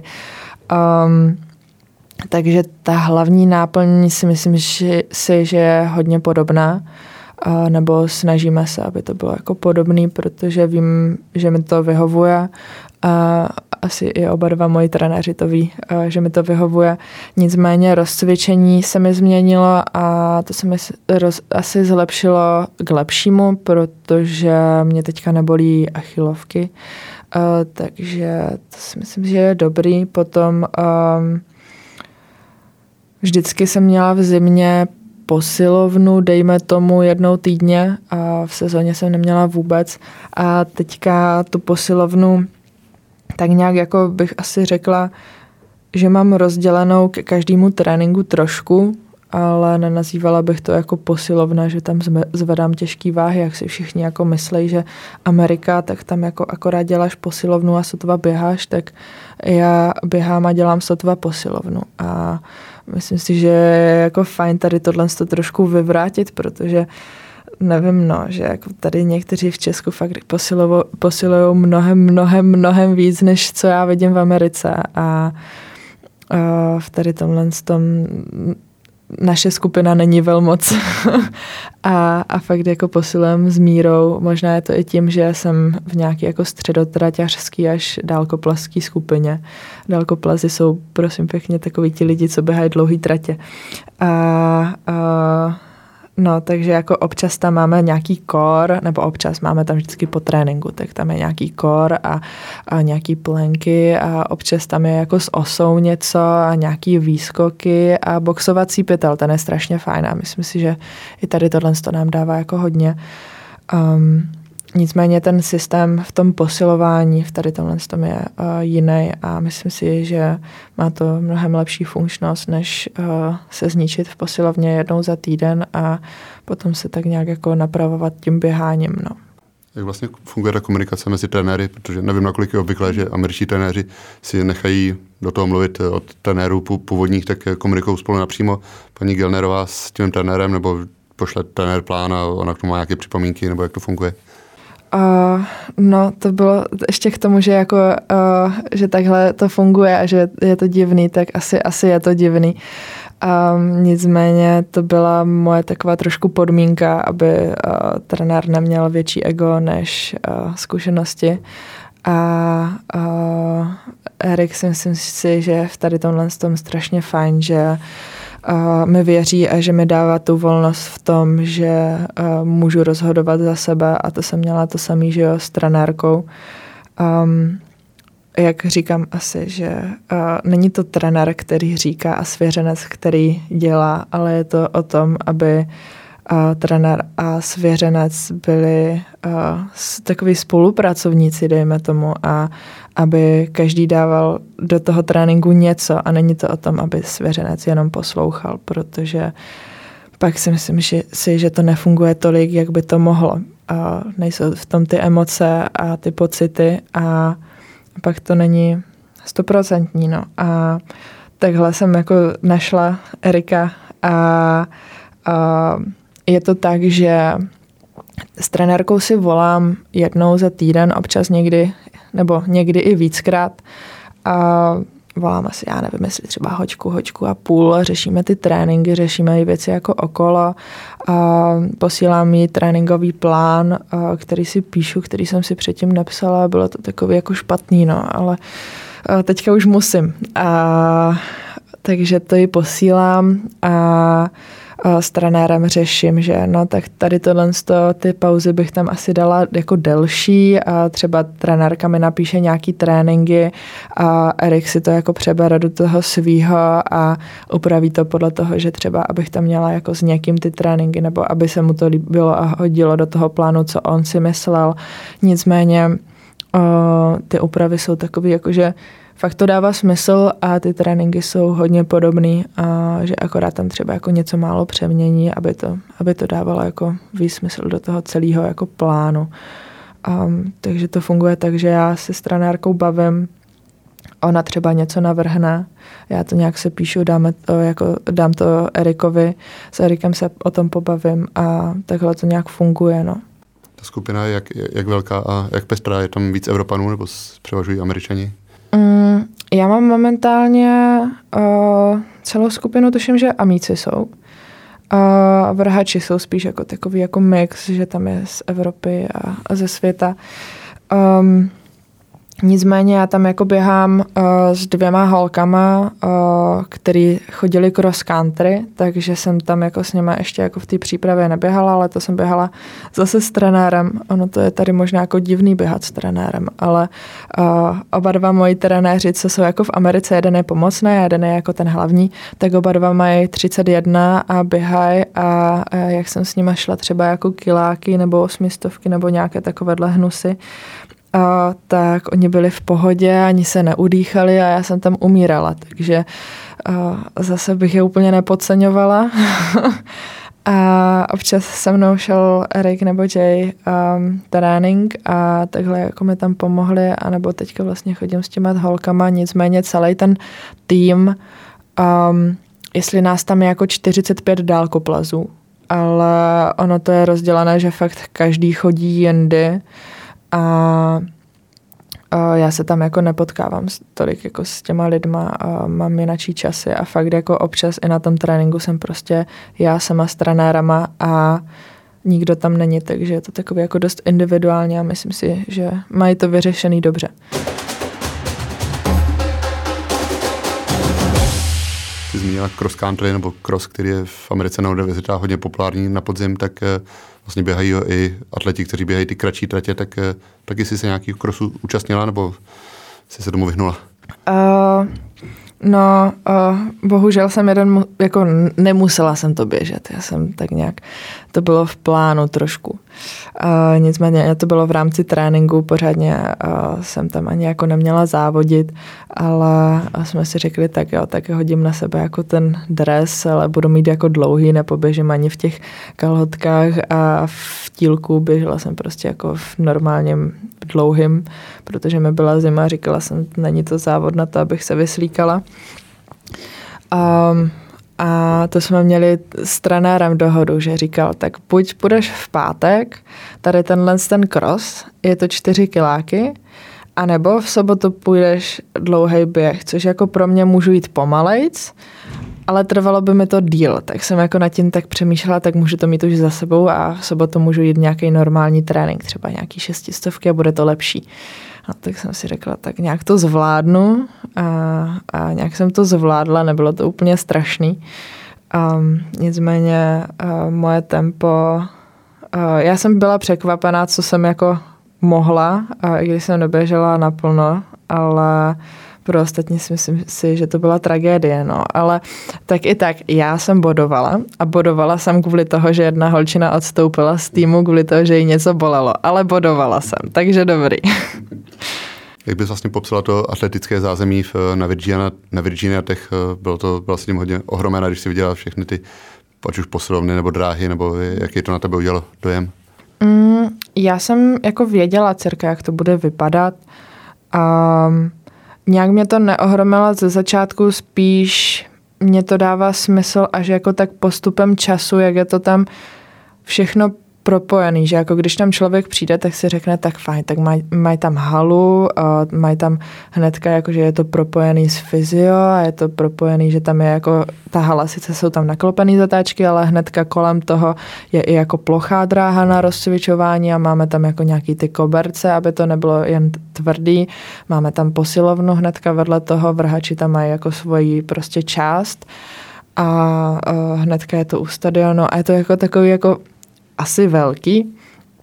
Um, takže ta hlavní náplň si myslím že, si, že je hodně podobná, uh, nebo snažíme se, aby to bylo jako podobný, protože vím, že mi to vyhovuje a asi i oba dva moji trenéři to ví, že mi to vyhovuje. Nicméně rozcvičení se mi změnilo a to se mi roz, asi zlepšilo k lepšímu, protože mě teďka nebolí achilovky, uh, takže to si myslím, že je dobrý. Potom um, vždycky jsem měla v zimě posilovnu, dejme tomu jednou týdně a v sezóně jsem neměla vůbec a teďka tu posilovnu tak nějak jako bych asi řekla, že mám rozdělenou ke každému tréninku trošku, ale nenazývala bych to jako posilovna, že tam zvedám těžký váhy, jak si všichni jako myslejí, že Amerika, tak tam jako akorát děláš posilovnu a sotva běháš, tak já běhám a dělám sotva posilovnu. A myslím si, že je jako fajn tady tohle to trošku vyvrátit, protože nevím, no, že jako tady někteří v Česku fakt posilují mnohem, mnohem, mnohem víc, než co já vidím v Americe a uh, v tady tomhle tom naše skupina není velmoc a, a fakt jako posilujeme s mírou. Možná je to i tím, že jsem v nějaké jako středotraťařský až dálkoplazský skupině. Dálkoplazy jsou, prosím pěkně, takový ti lidi, co běhají dlouhý tratě. A, a no, takže jako občas tam máme nějaký core, nebo občas máme tam vždycky po tréninku, tak tam je nějaký core a, a nějaký plenky a občas tam je jako s osou něco a nějaký výskoky a boxovací pytel, ten je strašně fajn a myslím si, že i tady tohle to nám dává jako hodně. Um, nicméně ten systém v tom posilování v tady tomhle tom je uh, jiný a myslím si, že má to mnohem lepší funkčnost, než uh, se zničit v posilovně jednou za týden a potom se tak nějak jako napravovat tím běháním. No. Jak vlastně funguje ta komunikace mezi trenéry, protože nevím, nakolik je obvyklé, že američtí trenéři si nechají do toho mluvit od trenérů původních, tak komunikují spolu napřímo. Paní Gelnerová s tím trenérem, nebo pošle trenér plán a ona k tomu má nějaké připomínky, nebo jak to funguje? Uh, no, to bylo ještě k tomu, že jako, uh, že takhle to funguje a že je to divný, tak asi, asi je to divný. Um, nicméně to byla moje taková trošku podmínka, aby uh, trenér neměl větší ego než uh, zkušenosti. A uh, Erik si myslím si, že v tady tomhle tom strašně fajn, že Uh, mi věří a že mi dává tu volnost v tom, že uh, můžu rozhodovat za sebe a to jsem měla to samý, že jo, s trenérkou. Um, jak říkám asi, že uh, není to trenér, který říká a svěřenec, který dělá, ale je to o tom, aby uh, trenér a svěřenec byli uh, takový spolupracovníci, dejme tomu, a aby každý dával do toho tréninku něco a není to o tom, aby svěřenec jenom poslouchal, protože pak si myslím že, si, že to nefunguje tolik, jak by to mohlo. A nejsou v tom ty emoce a ty pocity a pak to není stoprocentní. No. A takhle jsem jako našla Erika a, a je to tak, že s trenérkou si volám jednou za týden, občas někdy, nebo někdy i víckrát. A volám asi, já nevím, jestli třeba hoďku, hoďku a půl. Řešíme ty tréninky, řešíme i věci jako okolo. A posílám jí tréninkový plán, který si píšu, který jsem si předtím napsala. Bylo to takový jako špatný, no, ale teďka už musím. A, takže to ji posílám a s trenérem řeším, že no tak tady tohle ty pauzy bych tam asi dala jako delší a třeba trenérka mi napíše nějaký tréninky a Erik si to jako přebere do toho svýho a upraví to podle toho, že třeba abych tam měla jako s někým ty tréninky nebo aby se mu to líbilo a hodilo do toho plánu, co on si myslel. Nicméně o, ty úpravy jsou takový jakože fakt to dává smysl a ty tréninky jsou hodně podobný a že akorát tam třeba jako něco málo přemění, aby to, aby to dávalo jako víc smysl do toho celého jako plánu. Um, takže to funguje tak, že já se s trenérkou bavím, ona třeba něco navrhne, já to nějak se píšu, dáme to, jako, dám to Erikovi, s Erikem se o tom pobavím a takhle to nějak funguje, no. Ta skupina je jak, jak velká a jak pestrá? Je tam víc Evropanů nebo převažují Američani? Mm, já mám momentálně uh, celou skupinu, tuším, že Amíci jsou. Uh, vrhači jsou spíš jako takový jako mix, že tam je z Evropy a, a ze světa. Um, Nicméně já tam jako běhám uh, s dvěma holkama, uh, který chodili cross country, takže jsem tam jako s nima ještě jako v té přípravě neběhala, ale to jsem běhala zase s trenérem. Ono to je tady možná jako divný běhat s trenérem, ale uh, oba dva moji trenéři, co jsou jako v Americe, jeden je pomocný a jeden je jako ten hlavní, tak oba dva mají třicet jedna a běhají a, a jak jsem s nima šla třeba jako kiláky nebo osmistovky nebo nějaké takovéhle hnusy, A, tak oni byli v pohodě, ani se neudýchali a já jsem tam umírala, takže a, zase bych je úplně nepodceňovala. A občas se mnou šel Erik nebo Jay um, trénink a takhle jako mi tam pomohli, anebo teďka vlastně chodím s těma holkama, nicméně celý ten tým, um, jestli nás tam je jako čtyřicet pět dálkoplazů, ale ono to je rozdělené, že fakt každý chodí jindy a já se tam jako nepotkávám tolik jako s těma lidma a mám jinačí časy a fakt jako občas i na tom tréninku jsem prostě já sama s trenérama a nikdo tam není, takže je to takové jako dost individuální a myslím si, že mají to vyřešený dobře. Ty zmínila cross country nebo cross, který je v Americe na univerzitách hodně populární na podzim, tak vlastně běhají ho i atleti, kteří běhají ty kratší tratě, tak taky jsi se nějakých crossů účastnila nebo jsi se tomu vyhnula? Uh, no, uh, bohužel jsem jeden, jako nemusela jsem to běžet, já jsem tak nějak, to bylo v plánu trošku. Uh, nicméně to bylo v rámci tréninku, pořádně uh, jsem tam ani jako neměla závodit, ale jsme si řekli, tak jo, tak hodím na sebe jako ten dres, ale budu mít jako dlouhý, nepoběžím ani v těch kalhotkách a v tílku běžela jsem prostě jako v normálním dlouhým, protože mi byla zima, říkala jsem, není to závod na to, abych se vyslíkala. Um, A to jsme měli s trenérem dohodu, že říkal, tak buď půjdeš v pátek, tady tenhle ten cross, je to čtyři kiláky, anebo v sobotu půjdeš dlouhý běh, což jako pro mě můžu jít pomalejc, ale trvalo by mi to díl, tak jsem jako nad tím tak přemýšlela, tak můžu to mít už za sebou a v sobotu můžu jít nějaký normální trénink, třeba nějaký šestistovky a bude to lepší. A tak jsem si řekla, tak nějak to zvládnu a, a nějak jsem to zvládla, nebylo to úplně strašný. Um, nicméně uh, moje tempo, uh, já jsem byla překvapená, co jsem jako mohla, uh, i když jsem neběžela naplno, ale pro ostatní si myslím si, že to byla tragédie, no. Ale tak i tak, já jsem bodovala a bodovala jsem kvůli toho, že jedna holčina odstoupila z týmu kvůli toho, že jí něco bolelo, ale bodovala jsem, takže dobrý. Jak bys vlastně popsala to atletické zázemí v, na, Virginia, na Virginiatech? Bylo to vlastně tím hodně ohromené, když jsi viděla všechny ty, ať už posilovny nebo dráhy, nebo jaký to na tebe udělalo dojem? Mm, já jsem jako věděla cirka, jak to bude vypadat. Um, nějak mě to neohromilo ze začátku, spíš mě to dává smysl až jako tak postupem času, jak je to tam všechno propojený, že jako když tam člověk přijde, tak si řekne, tak fajn, tak mají maj tam halu, mají tam hnedka, jakože je to propojený s fyzio a je to propojený, že tam je jako, ta hala, sice jsou tam naklopený zatáčky, ale hnedka kolem toho je i jako plochá dráha na rozcvičování a máme tam jako nějaký ty koberce, aby to nebylo jen tvrdý, máme tam posilovnu hnedka vedle toho, vrhači tam mají jako svoji prostě část a uh, hnedka je to u stadionu a je to jako takový jako asi velký,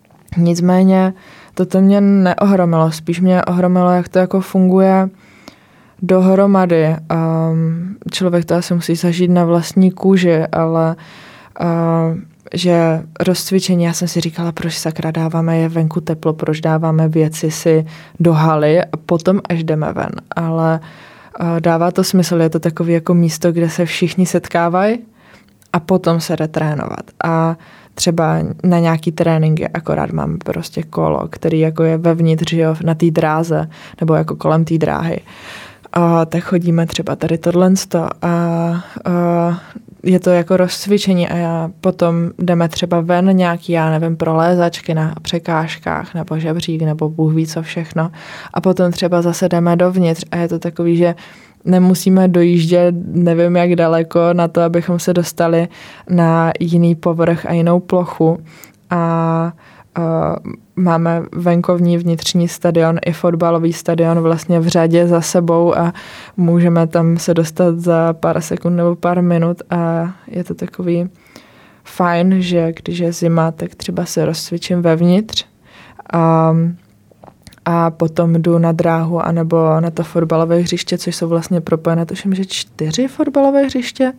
nicméně toto mě neohromilo, spíš mě ohromilo, jak to jako funguje dohromady. Um, člověk to asi musí zažít na vlastní kůži, ale uh, že rozcvičení, já jsem si říkala, proč sakra dáváme je venku teplo, proč dáváme věci si do haly a potom až jdeme ven, ale uh, dává to smysl, je to takový jako místo, kde se všichni setkávají a potom se jde trénovat. A třeba na nějaký tréninky akorát mám prostě kolo, který jako je vevnitř, jo, na té dráze, nebo jako kolem té dráhy. A tak chodíme třeba tady tohle a, a je to jako rozcvičení a já potom jdeme třeba ven nějaký, já nevím, prolézačky na překážkách nebo žebřík nebo Bůh ví co všechno a potom třeba zase jdeme dovnitř a je to takový, že nemusíme dojíždět nevím jak daleko na to, abychom se dostali na jiný povrch a jinou plochu a Uh, máme venkovní vnitřní stadion i fotbalový stadion vlastně v řadě za sebou a můžeme tam se dostat za pár sekund nebo pár minut a je to takový fajn, že když je zima, tak třeba se rozcvičím vevnitř a, a potom jdu na dráhu anebo na to fotbalové hřiště, což jsou vlastně propojené, tuším, že čtyři fotbalové hřiště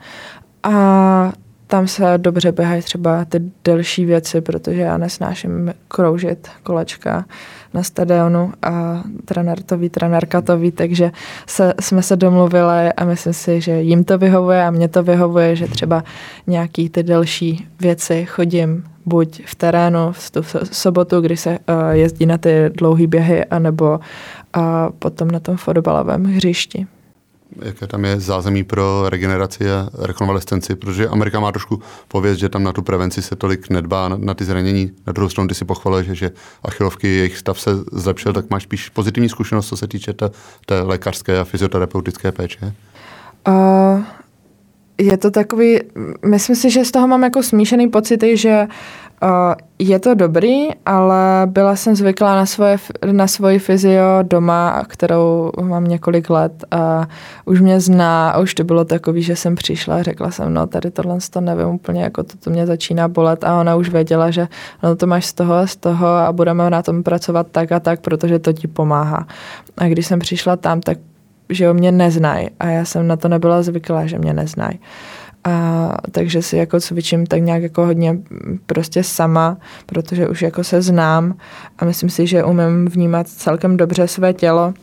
a tam se dobře běhají třeba ty delší věci, protože já nesnáším kroužit kolečka na stadionu a trenér to ví, trenérka to ví, takže se, jsme se domluvili a myslím si, že jim to vyhovuje a mně to vyhovuje, že třeba nějaký ty delší věci chodím buď v terénu v tu sobotu, kdy se uh, jezdí na ty dlouhé běhy, anebo uh, potom na tom fotbalovém hřišti. Jaké tam je zázemí pro regeneraci a rekonvalescenci, protože Amerika má trošku pověst, že tam na tu prevenci se tolik nedbá, na, na ty zranění. Na druhou stranu ty si pochvaluješ, že, že achilovky, jejich stav se zlepšil, tak máš spíš pozitivní zkušenost, co se týče té, té lékařské a fyzioterapeutické péče? Uh, je to takový, myslím si, že z toho mám jako smíšený pocity, že uh, je to dobrý, ale byla jsem zvyklá na, svoje, na svoji fyzio doma, kterou mám několik let a už mě zná a už to bylo takový, že jsem přišla a řekla jsem, no tady tohle to nevím úplně, jako to, to mě začíná bolet a ona už věděla, že no to máš z toho a z toho a budeme na tom pracovat tak a tak, protože to ti pomáhá. A když jsem přišla tam, tak že o mě neznají a já jsem na to nebyla zvyklá, že mě neznají. A takže si jako cvičím tak nějak jako hodně prostě sama, protože už jako se znám a myslím si, že umím vnímat celkem dobře své tělo.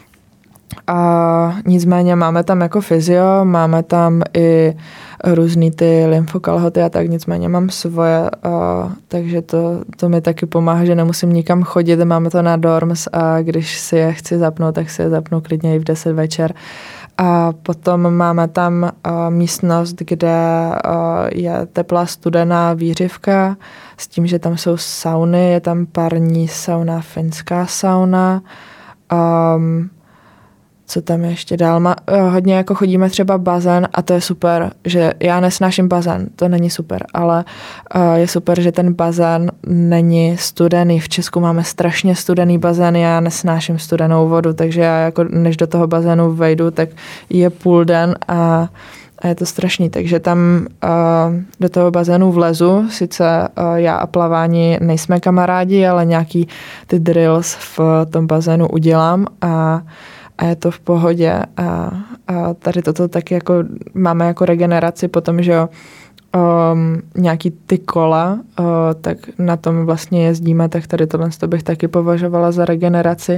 A nicméně máme tam jako fyzio, máme tam i různý ty lymfokalhoty a tak, nicméně mám svoje, a, takže to, to mi taky pomáhá, že nemusím nikam chodit, máme to na dorms a když si je chci zapnout, tak si je zapnu klidně i v deset večer. A potom máme tam a, místnost, kde a, je teplá studená výřivka s tím, že tam jsou sauny, je tam parní sauna, finská sauna, um, co tam ještě dál? Má, hodně jako chodíme třeba bazén a to je super, že já nesnáším bazén, to není super, ale uh, je super, že ten bazén není studený. V Česku máme strašně studený bazén, já nesnáším studenou vodu, takže já jako než do toho bazénu vejdu, tak je půl den a a je to strašný, takže tam uh, do toho bazénu vlezu, sice uh, já a plavání nejsme kamarádi, ale nějaký ty drills v tom bazénu udělám a a je to v pohodě a, a tady toto taky jako máme jako regeneraci potom, že jo, um, nějaký ty kola, uh, tak na tom vlastně jezdíme, tak tady tohle to bych taky považovala za regeneraci.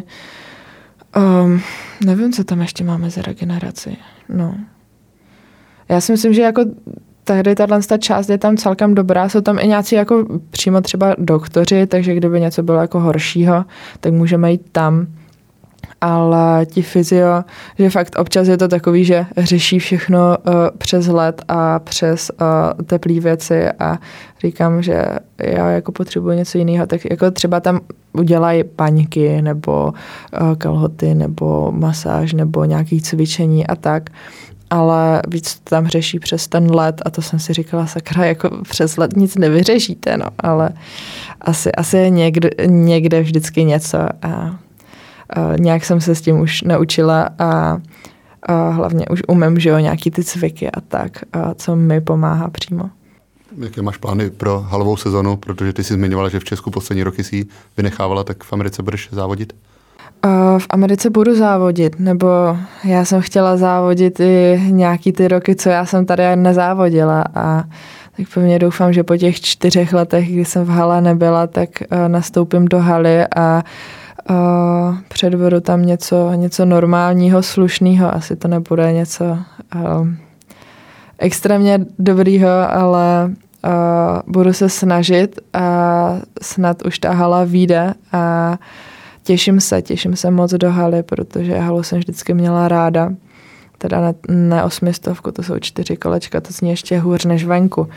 Um, nevím, co tam ještě máme za regeneraci. No. Já si myslím, že jako tady tato část je tam celkem dobrá, jsou tam i nějací jako přímo třeba doktoři, takže kdyby něco bylo jako horšího, tak můžeme jít tam. Ale ti fyzio, že fakt občas je to takový, že řeší všechno uh, přes led a přes uh, teplý věci a říkám, že já jako potřebuji něco jiného, tak jako třeba tam udělají paňky nebo uh, kalhoty nebo masáž nebo nějaké cvičení a tak, ale víc to tam řeší přes ten led a to jsem si říkala, sakra, jako přes led nic nevyřešíte, no, ale asi, asi je někde, někde vždycky něco a Uh, nějak jsem se s tím už naučila a, a hlavně už umím, že jo, nějaký ty cviky a tak, a co mi pomáhá přímo. Jaké máš plány pro halovou sezonu, protože ty jsi zmiňovala, že v Česku poslední roky si ji vynechávala, tak v Americe budeš závodit? Uh, v Americe budu závodit, nebo já jsem chtěla závodit i nějaký ty roky, co já jsem tady nezávodila a tak pevně doufám, že po těch čtyřech letech, kdy jsem v hale nebyla, tak uh, nastoupím do haly a Uh, předvedu tam něco, něco normálního, slušného. Asi to nebude něco uh, extrémně dobrýho, ale uh, budu se snažit a snad už ta hala vyjde a těším se, těším se moc do haly, protože halu jsem vždycky měla ráda. Teda ne, ne osmistovku, to jsou čtyři kolečka, to zní ještě hůř než venku.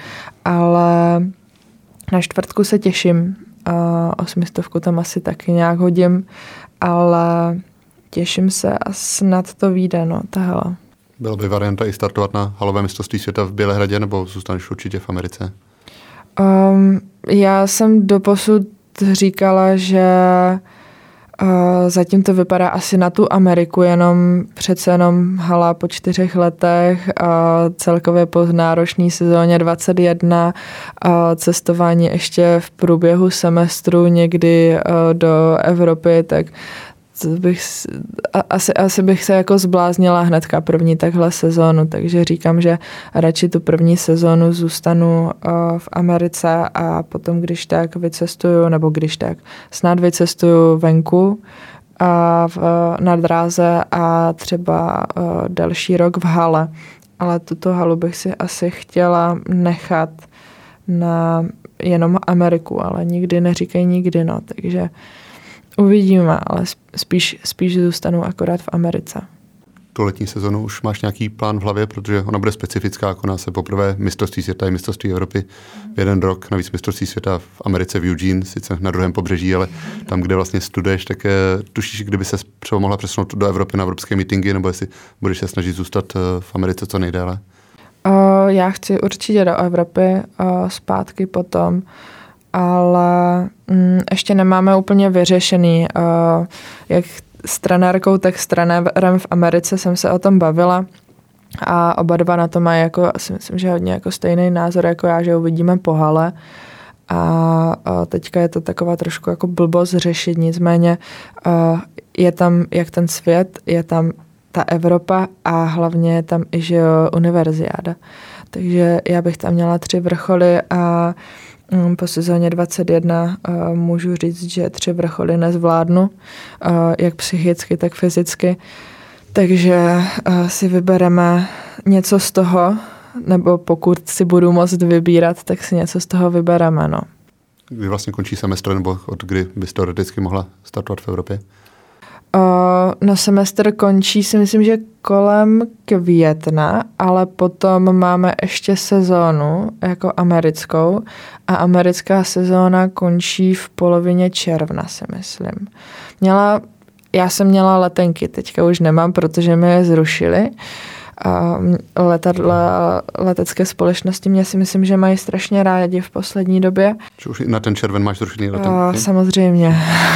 Ale na čtvrtku se těším. Uh, osmistovku tam asi taky nějak hodím, ale těším se a snad to vyjde, no, ta hala. Byla by varianta i startovat na halové mistrovství světa v Bělehradě, nebo zůstaneš určitě v Americe? Um, já jsem doposud říkala, že uh, zatím to vypadá asi na tu Ameriku, jenom přece jenom hala po čtyřech letech, uh, celkově po náročné sezóně dvacet jedna, uh, cestování ještě v průběhu semestru někdy uh, do Evropy, tak bych, asi, asi bych se jako zbláznila hnedka první takhle sezónu, takže říkám, že radši tu první sezónu zůstanu uh, v Americe a potom když tak vycestuju, nebo když tak snad vycestuju venku a v, na dráze a třeba uh, další rok v hale, ale tuto halu bych si asi chtěla nechat na jenom Ameriku, ale nikdy neříkej nikdy, no, takže uvidíme, ale spíš, spíš zůstanu akorát v Americe. tu letní sezonu už máš nějaký plán v hlavě, protože ona bude specifická, koná se poprvé mistrovství světa i mistrovství Evropy v jeden rok, navíc mistrovství světa v Americe v Eugene, sice na druhém pobřeží, ale tam, kde vlastně studuješ, tak tušíš, kdyby se třeba mohla přesunout do Evropy na evropské meetingy, nebo jestli budeš se snažit zůstat v Americe co nejdéle? Uh, já chci určitě do Evropy, uh, zpátky potom, ale um, ještě nemáme úplně vyřešený, uh, jak s trenérkou, tak s trenérem v Americe jsem se o tom bavila a oba dva na to mají jako, asi myslím, že hodně jako stejný názor jako já, že uvidíme po hale a, a teďka je to taková trošku jako blbost řešit, nicméně uh, je tam jak ten svět, je tam ta Evropa a hlavně je tam i že jo, univerziáda. Takže já bych tam měla tři vrcholy a um, po sezóně dvacet jedna uh, můžu říct, že tři vrcholy nezvládnu, uh, jak psychicky, tak fyzicky. Takže uh, si vybereme něco z toho, nebo pokud si budu moct vybírat, tak si něco z toho vybereme, no. Kdy vlastně končí semestr, nebo od kdy bys teoreticky mohla startovat v Evropě? Uh, no semestr končí si myslím, že kolem května, ale potom máme ještě sezónu jako americkou a americká sezóna končí v polovině června, si myslím. Měla, já jsem měla letenky, teďka už nemám, protože mi je zrušili. Uh, letadla, letecké společnosti mě si myslím, že mají strašně rádi v poslední době. Či už na ten červen máš zrušený letenky? Uh, samozřejmě.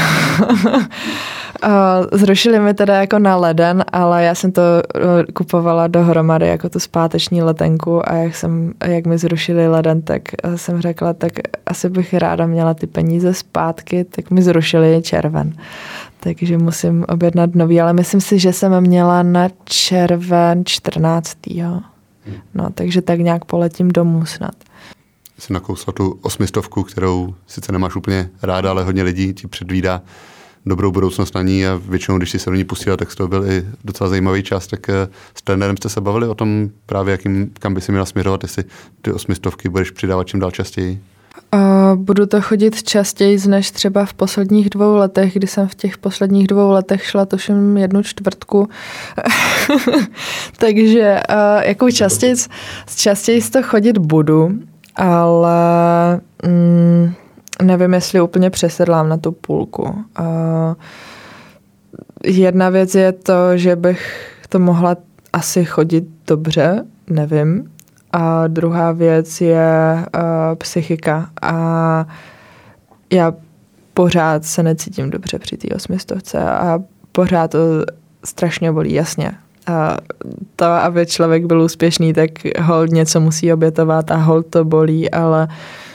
Uh, zrušili mi teda jako na leden, ale já jsem to uh, kupovala dohromady jako tu zpáteční letenku a jak, jsem, jak mi zrušili leden, tak uh, jsem řekla, tak asi bych ráda měla ty peníze zpátky, tak mi zrušili červen. Takže musím objednat nový, ale myslím si, že jsem měla na červen čtrnáctého No, takže tak nějak poletím domů snad. Jsi nakousla tu osmistovku, kterou sice nemáš úplně ráda, ale hodně lidí ti předvídá dobrou budoucnost na ní a většinou, když jsi se do ní pustila, tak to byl i docela zajímavý čas. Tak s trenérem jste se bavili o tom právě, jakým, kam by si měla směřovat, jestli ty osmistovky budeš přidávat čím dál častěji? Uh, budu to chodit častěji než třeba v posledních dvou letech, kdy jsem v těch posledních dvou letech šla tuším jednu čtvrtku. Takže uh, jakou častěji, častěji to chodit budu, ale mm, nevím, jestli úplně přesedlám na tu půlku. Uh, jedna věc je to, že bych to mohla asi chodit dobře, nevím. A druhá věc je uh, psychika. A já pořád se necítím dobře při té osmistovce a pořád to strašně bolí, jasně. A to, aby člověk byl úspěšný, tak hold něco musí obětovat a hold to bolí, ale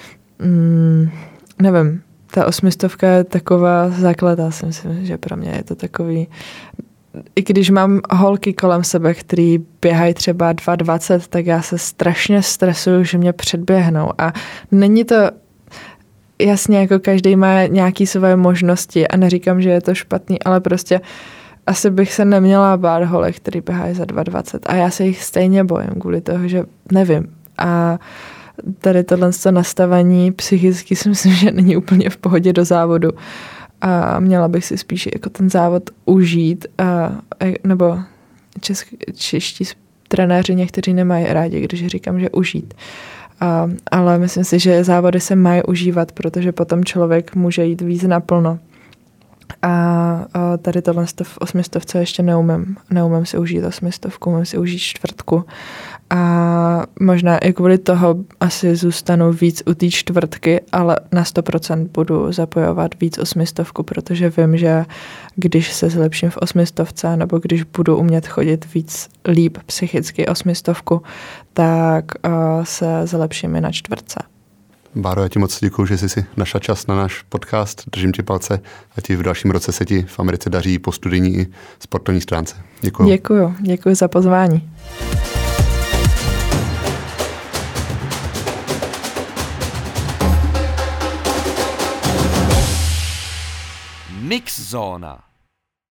mm, nevím, ta osmistovka je taková základá, si myslím, že pro mě je to takový. I když mám holky kolem sebe, který běhají třeba dva dvacet, tak já se strašně stresuju, že mě předběhnou. A není to jasně, jako každý má nějaké své možnosti a neříkám, že je to špatný, ale prostě asi bych se neměla bát holek, který běhají za dva dvacet. A já se jich stejně bojím kvůli toho, že nevím. A tady tohle nastavení psychicky si myslím, že není úplně v pohodě do závodu. A měla bych si spíš jako ten závod užít, a, nebo česk, čeští trenéři někteří nemají rádi, když říkám, že užít. A, ale myslím si, že závody se mají užívat, protože potom člověk může jít víc naplno. A, a tady tohle v osmistovce ještě neumím. Neumím si užít osmistovku, umím si užít čtvrtku. A možná i kvůli toho asi zůstanu víc u té čtvrtky, ale na sto procent budu zapojovat víc osmistovku, protože vím, že když se zlepším v osmistovce nebo když budu umět chodit víc líp psychicky osmistovku, tak uh, se zlepším i na čtvrtce. Báro, já ti moc děkuju, že jsi si našla čas na náš podcast. Držím ti palce a ti v dalším roce se ti v Americe daří po studijní i sportovní stránce. Děkuju. Děkuju, děkuju za pozvání. Mix Zóna.